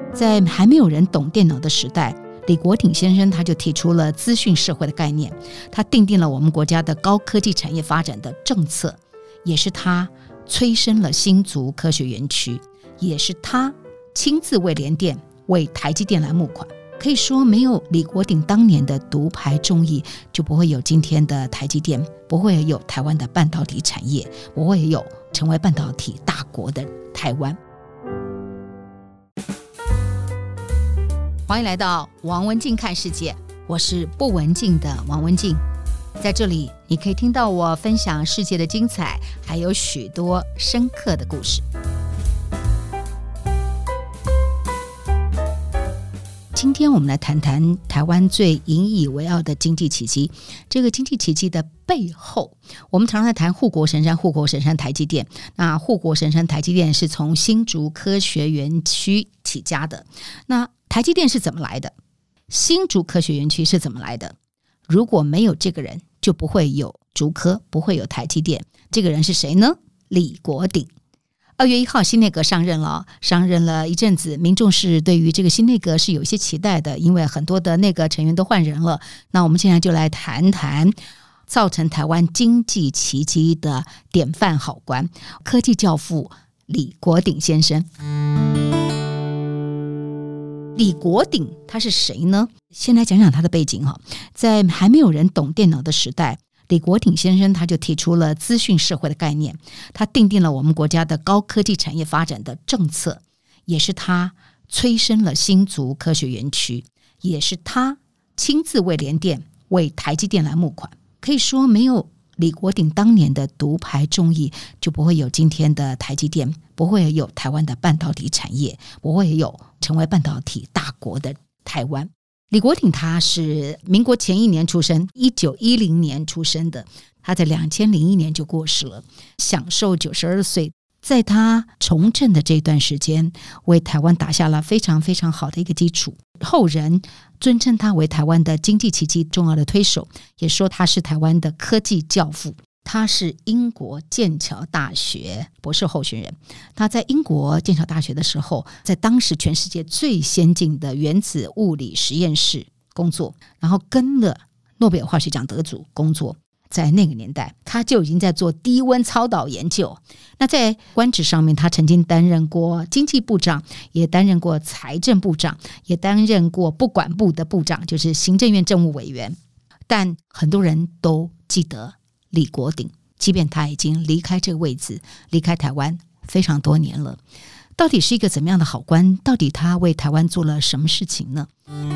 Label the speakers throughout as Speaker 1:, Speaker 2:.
Speaker 1: 在还没有人懂电脑的时代，李国鼎先生他就提出了资讯社会的概念，他订定了我们国家的高科技产业发展的政策，也是他催生了新竹科学园区，也是他亲自为联电、为台积电来募款。可以说没有李国鼎当年的独排众议，就不会有今天的台积电，不会有台湾的半导体产业，不会有成为半导体大国的台湾。欢迎来到王文静看世界，我是不文静的王文静。在这里你可以听到我分享世界的精彩，还有许多深刻的故事。今天我们来谈谈台湾最引以为傲的经济奇迹。这个经济奇迹的背后，我们常常在谈护国神山台积电。那护国神山台积电是从新竹科学园区起家的。那台积电是怎么来的？新竹科学园区是怎么来的？如果没有这个人，就不会有竹科，不会有台积电。这个人是谁呢？李国鼎。2月1号新内阁上任了一阵子，民众是对于这个新内阁是有一些期待的，因为很多的内阁成员都换人了。那我们现在就来谈谈造成台湾经济奇迹的典范好官，科技教父李国鼎先生。李国鼎他是谁呢？先来讲讲他的背景。在还没有人懂电脑的时代，李国鼎先生他就提出了资讯社会的概念，他订定了我们国家的高科技产业发展的政策，也是他催生了新竹科学园区，也是他亲自为联电、为台积电来募款。可以说没有李国鼎当年的独排众议，就不会有今天的台积电，不会有台湾的半导体产业，不会有成为半导体大国的台湾。李国鼎他是民国前1年出生，1910年出生的，他在2001年就过世了，享寿92岁。在他从政的这段时间，为台湾打下了非常非常好的一个基础。后人尊称他为台湾的经济奇迹重要的推手，也说他是台湾的科技教父。他是英国剑桥大学博士候选人，他在英国剑桥大学的时候，在当时全世界最先进的原子物理实验室工作，然后跟了诺贝尔化学奖得主工作。在那个年代他就已经在做低温超导研究。那在官职上面，他曾经担任过经济部长，也担任过财政部长，也担任过不管部的部长，就是行政院政务委员。但很多人都记得李国鼎，即便他已经离开这个位置，离开台湾非常多年了。到底是一个怎么样的好官？到底他为台湾做了什么事情呢？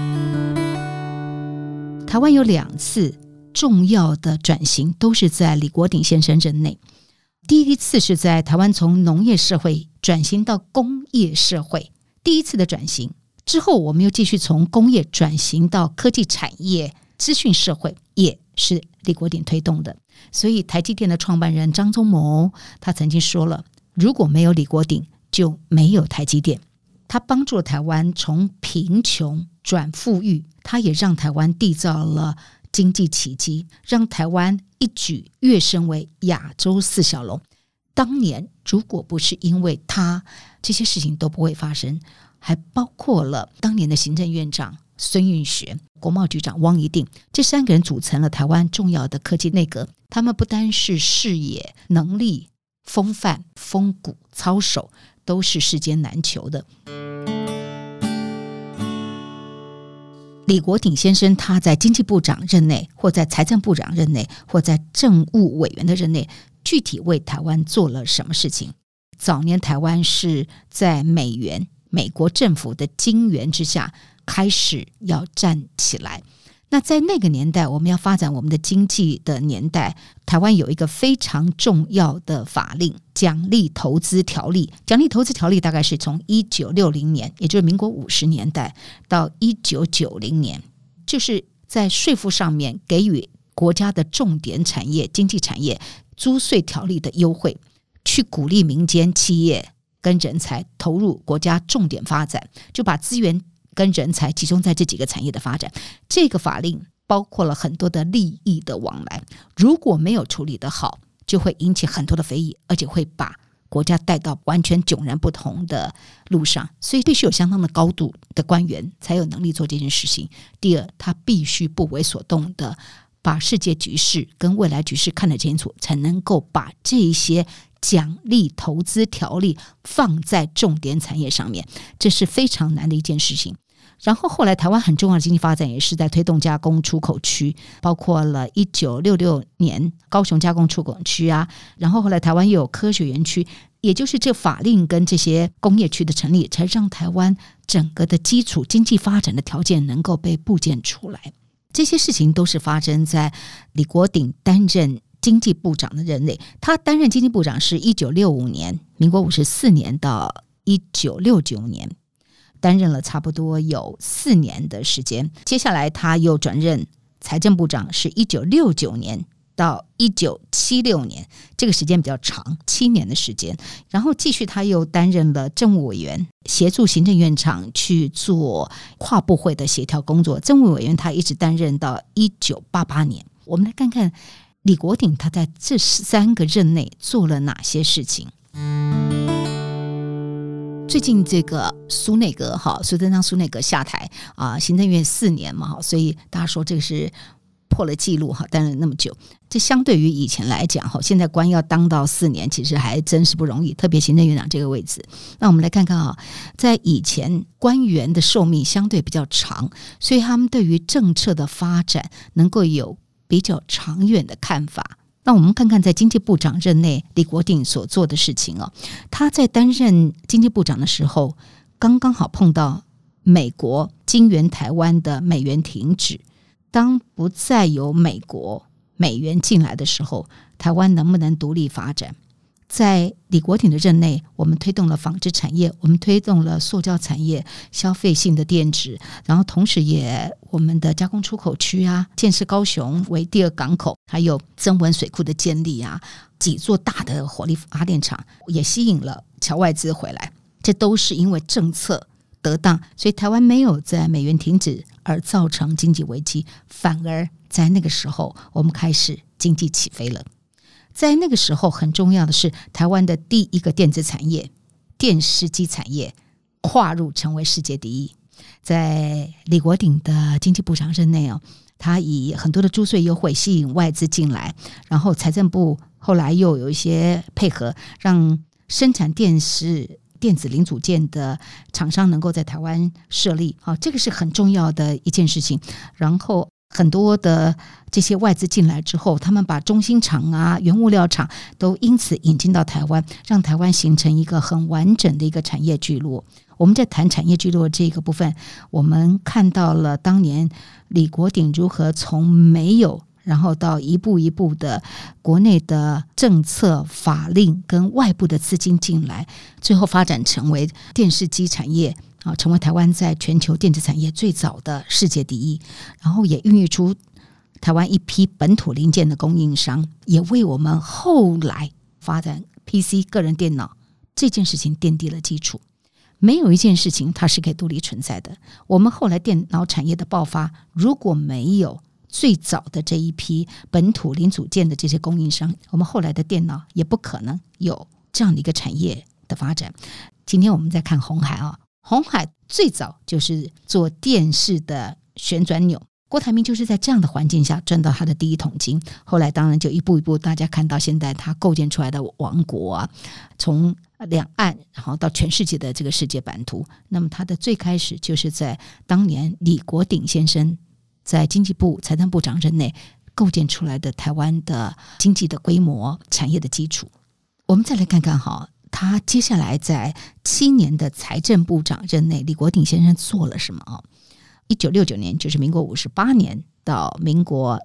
Speaker 1: 台湾有2次重要的转型，都是在李国鼎先生任内。第一次是在台湾从农业社会转型到工业社会，第一次的转型之后，我们又继续从工业转型到科技产业、资讯社会，也是李国鼎推动的。所以台积电的创办人张忠谋他曾经说了，如果没有李国鼎，就没有台积电。他帮助了台湾从贫穷转富裕，他也让台湾缔造了经济奇迹，让台湾一举跃升为亚洲4小龙。当年如果不是因为他，这些事情都不会发生。还包括了当年的行政院长孙运璇、国贸局长汪一定，这3个人组成了台湾重要的科技内阁。他们不单是视野、能力、风范、风骨、操守都是世间难求的。李国鼎先生他在经济部长任内，或在财政部长任内，或在政务委员的任内，具体为台湾做了什么事情？早年台湾是在美国政府的金援之下开始要站起来。那在那个年代，我们要发展我们的经济的年代，台湾有一个非常重要的法令，奖励投资条例。奖励投资条例大概是从1960年，也就是民国50年代到1990年，就是在税负上面给予国家的重点产业、经济产业租税条例的优惠，去鼓励民间企业跟人才投入国家重点发展，就把资源跟人才集中在这几个产业的发展。这个法令包括了很多的利益的往来，如果没有处理得好，就会引起很多的非议，而且会把国家带到完全迥然不同的路上，所以必须有相当的高度的官员才有能力做这件事情。第二，他必须不为所动的把世界局势跟未来局势看得清楚，才能够把这一些奖励投资条例放在重点产业上面，这是非常难的一件事情。然后后来台湾很重要的经济发展也是在推动加工出口区，包括了1966年高雄加工出口区啊，然后后来台湾又有科学园区，也就是这法令跟这些工业区的成立，才让台湾整个的基础经济发展的条件能够被布建出来。这些事情都是发生在李国鼎担任经济部长的任内，他担任经济部长是1965年，民国54年到1969年，担任了差不多有4年的时间。接下来他又转任财政部长，是1969年到1976年，这个时间比较长，7年的时间。然后继续他又担任了政务委员，协助行政院长去做跨部会的协调工作。政务委员他一直担任到1988年。我们来看看李国鼎他在这3个任内做了哪些事情。最近这个苏内阁苏贞昌苏内阁下台行政院4年嘛，所以大家说这个是破了记录担任那么久。这相对于以前来讲现在官要当到4年其实还真是不容易，特别行政院长这个位置。那我们来看看在以前官员的寿命相对比较长，所以他们对于政策的发展能够有比较长远的看法。那我们看看在经济部长任内李国鼎所做的事情他在担任经济部长的时候刚刚好碰到美国金援台湾的美元停止，当不再有美元进来的时候，台湾能不能独立发展？在李国鼎的任内，我们推动了纺织产业，我们推动了塑胶产业、消费性的电子，然后同时也我们的加工出口区建设高雄为第2港口，还有曾文水库的建立几座大的火力发电厂，也吸引了侨外资回来。这都是因为政策得当，所以台湾没有在美元停止而造成经济危机，反而在那个时候我们开始经济起飞了。在那个时候很重要的是台湾的第一个电子产业电视机产业跨入成为世界第一。在李国鼎的经济部长任内他以很多的租税优惠吸引外资进来，然后财政部后来又有一些配合，让生产电子零组件的厂商能够在台湾设立这个是很重要的一件事情。然后很多的这些外资进来之后，他们把中心厂原物料厂都因此引进到台湾，让台湾形成一个很完整的一个产业聚落。我们在谈产业聚落这个部分，我们看到了当年李国鼎如何从没有然后到一步一步的国内的政策法令跟外部的资金进来，最后发展成为电视机产业成为台湾在全球电子产业最早的世界第一，然后也孕育出台湾一批本土零件的供应商，也为我们后来发展 PC 个人电脑这件事情奠定了基础。没有一件事情它是可以独立存在的。我们后来电脑产业的爆发，如果没有最早的这一批本土零组件的这些供应商，我们后来的电脑也不可能有这样的一个产业的发展。今天我们在看鸿海鸿海最早就是做电视的旋转钮，郭台铭就是在这样的环境下赚到他的第一桶金，后来当然就一步一步大家看到现在他构建出来的王国从两岸然后到全世界的这个世界版图。那么他的最开始就是在当年李国鼎先生在经济部财政部长任内构建出来的台湾的经济的规模产业的基础。我们再来看看他接下来在7年的财政部长任内，李国鼎先生做了什么1969年就是民国58年到民国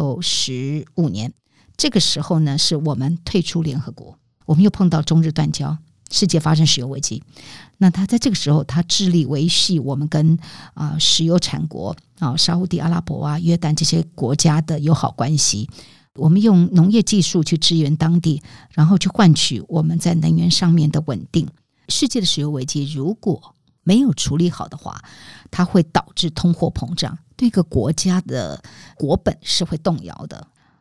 Speaker 1: 65年，这个时候呢是我们退出联合国，我们又碰到中日断交，世界发生石油危机。那他在这个时候他致力维系我们跟石油产国沙烏地阿拉伯约旦这些国家的友好关系，我们用农业技术去支援当地，然后去换取我们在能源上面的稳定。世界的石油危机如果没有处理好的话，它会导致通货膨胀，对一个国家的国本是会动摇的。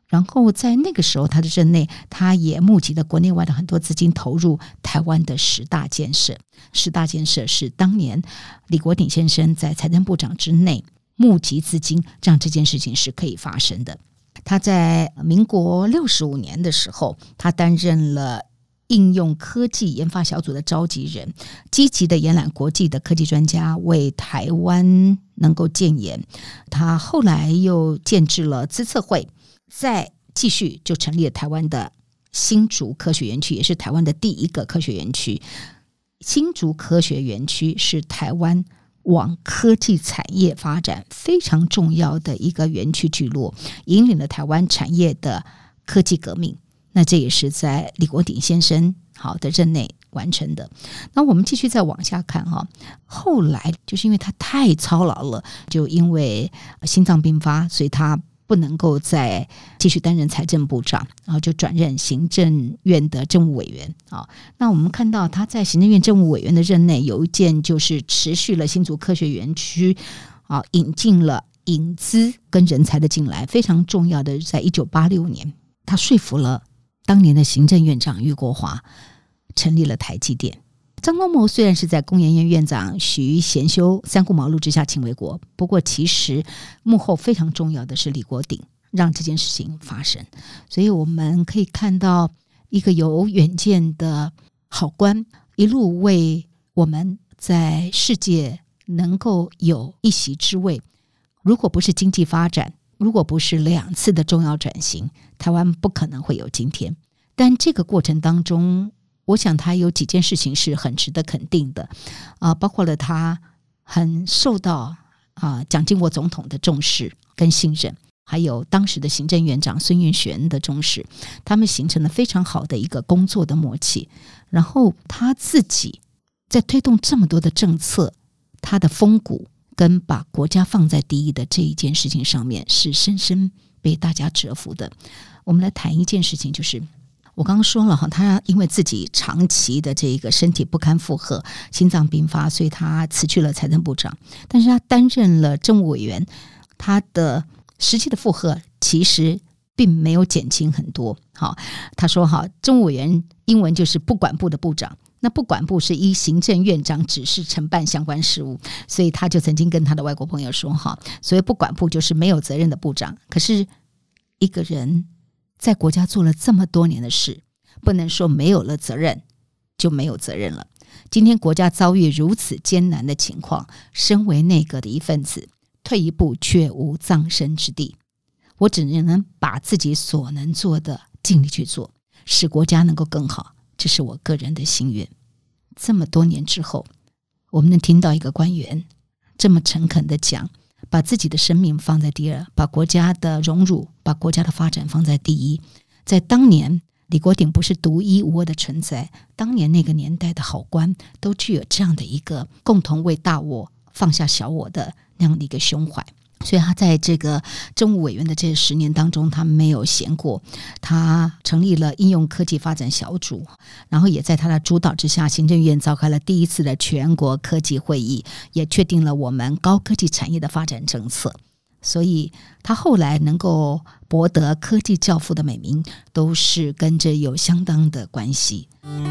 Speaker 1: 然后在那个时候他的任内，他也募集了国内外的很多资金投入台湾的10大建设。10大建设是当年李国鼎先生在财政部长之内募集资金，让这件事情是可以发生的。他在民国65年的时候，他担任了应用科技研发小组的召集人，积极的延揽国际的科技专家，为台湾能够建研。他后来又建制了资策会，再继续就成立了台湾的新竹科学园区，也是台湾的第一个科学园区。新竹科学园区是台湾往科技产业发展非常重要的一个园区聚落，引领了台湾产业的科技革命。那这也是在李国鼎先生的任内完成的。那我们继续再往下看后来就是因为他太操劳了，就因为心脏病发，所以他不能够再继续担任财政部长，然后就转任行政院的政务委员。那我们看到他在行政院政务委员的任内，有一件就是持续了新竹科学园区引进了引资跟人才的进来。非常重要的，在1986年他说服了当年的行政院长俞国华成立了台积电。张忠谋虽然是在工研院院长徐贤修三顾茅庐之下请为国，不过其实幕后非常重要的是李国鼎，让这件事情发生。所以我们可以看到一个有远见的好官，一路为我们在世界能够有一席之位。如果不是经济发展，如果不是2次的重要转型，台湾不可能会有今天。但这个过程当中，我想他有几件事情是很值得肯定的，包括了他很受到蒋经国总统的重视跟信任，还有当时的行政院长孙运璇的重视，他们形成了非常好的一个工作的默契。然后他自己在推动这么多的政策，他的风骨跟把国家放在第一的这一件事情上面，是深深被大家折服的。我们来谈一件事情，就是我刚刚说了他因为自己长期的这个身体不堪负荷，心脏病发，所以他辞去了财政部长。但是他担任了政务委员，他的实际的负荷其实并没有减轻很多。他说政务委员英文就是不管部的部长，那不管部是依行政院长指示承办相关事务，所以他就曾经跟他的外国朋友说所谓不管部就是没有责任的部长。可是一个人在国家做了这么多年的事，不能说没有了责任就没有责任了。今天国家遭遇如此艰难的情况，身为内阁的一份子，退一步却无葬身之地。我只能把自己所能做的尽力去做，使国家能够更好，这是我个人的心愿。这么多年之后，我们能听到一个官员这么诚恳的讲，把自己的生命放在第二，把国家的荣辱，把国家的发展放在第一。在当年，李国鼎不是独一无二的存在，当年那个年代的好官都具有这样的一个共同为大我放下小我的那样的一个胸怀。所以他在这个政务委员的这10年当中，他没有闲过。他成立了应用科技发展小组，然后也在他的主导之下，行政院召开了第一次的全国科技会议，也确定了我们高科技产业的发展政策。所以他后来能够博得科技教父的美名，都是跟着有相当的关系。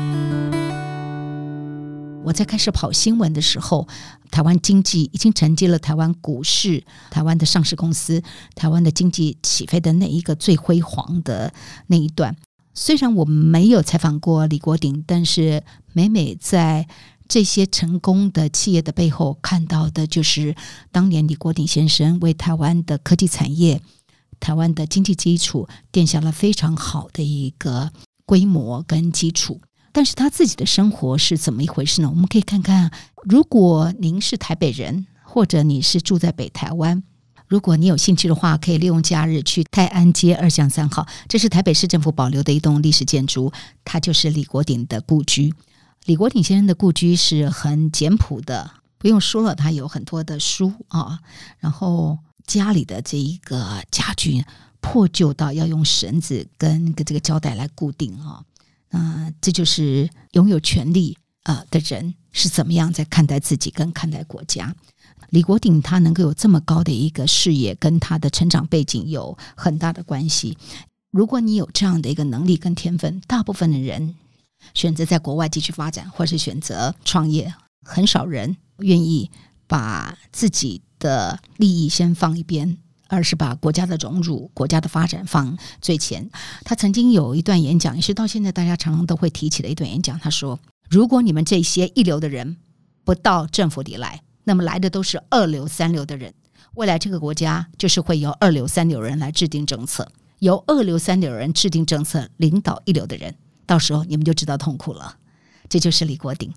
Speaker 1: 我在开始跑新闻的时候，台湾经济已经承接了台湾股市、台湾的上市公司、台湾的经济起飞的那一个最辉煌的那一段。虽然我没有采访过李国鼎，但是每每在这些成功的企业的背后看到的就是当年李国鼎先生为台湾的科技产业、台湾的经济基础奠下了非常好的一个规模跟基础。但是他自己的生活是怎么一回事呢？我们可以看看，如果您是台北人，或者你是住在北台湾，如果你有兴趣的话，可以利用假日去泰安街2巷3号，这是台北市政府保留的一栋历史建筑，它就是李国鼎的故居。李国鼎先生的故居是很简朴的，不用说了，他有很多的书然后家里的这一个家具破旧到要用绳子跟这个胶带来固定这就是拥有权力的人是怎么样在看待自己跟看待国家。李国鼎他能够有这么高的一个视野，跟他的成长背景有很大的关系。如果你有这样的一个能力跟天分，大部分的人选择在国外继续发展，或是选择创业，很少人愿意把自己的利益先放一边，而是把国家的荣辱、国家的发展放最前。他曾经有一段演讲，也是到现在大家常常都会提起的一段演讲，他说，如果你们这些一流的人不到政府里来，那么来的都是二流三流的人，未来这个国家就是会由二流三流人来制定政策，由二流三流人制定政策，领导一流的人，到时候你们就知道痛苦了。这就是李国鼎。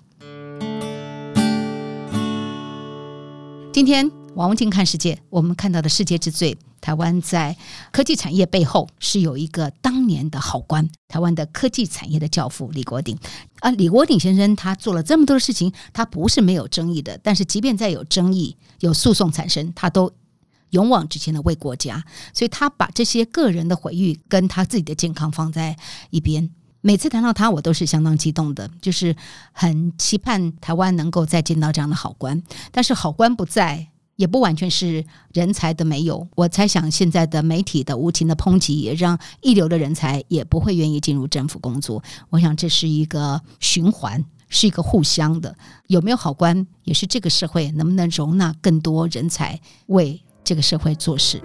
Speaker 1: 今天王文静看世界，我们看到的世界之最，台湾在科技产业背后是有一个当年的好官，台湾的科技产业的教父李国鼎。李国鼎先生他做了这么多的事情，他不是没有争议的，但是即便在有争议、有诉讼产生，他都勇往直前的为国家，所以他把这些个人的毁誉跟他自己的健康放在一边。每次谈到他，我都是相当激动的，就是很期盼台湾能够再见到这样的好官。但是好官不在，也不完全是人才的没有。我猜想现在的媒体的无情的抨击，也让一流的人才也不会愿意进入政府工作。我想这是一个循环，是一个互相的。有没有好官，也是这个社会能不能容纳更多人才为这个社会做事。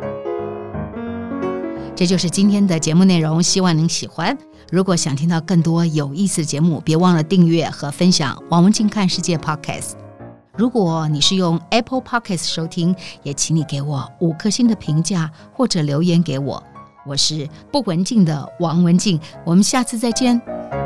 Speaker 1: 这就是今天的节目内容，希望您喜欢。如果想听到更多有意思的节目，别忘了订阅和分享王文静看世界 Podcast。 如果你是用 Apple Podcast 收听，也请你给我5颗星的评价或者留言给我。我是不文静的王文静，我们下次再见。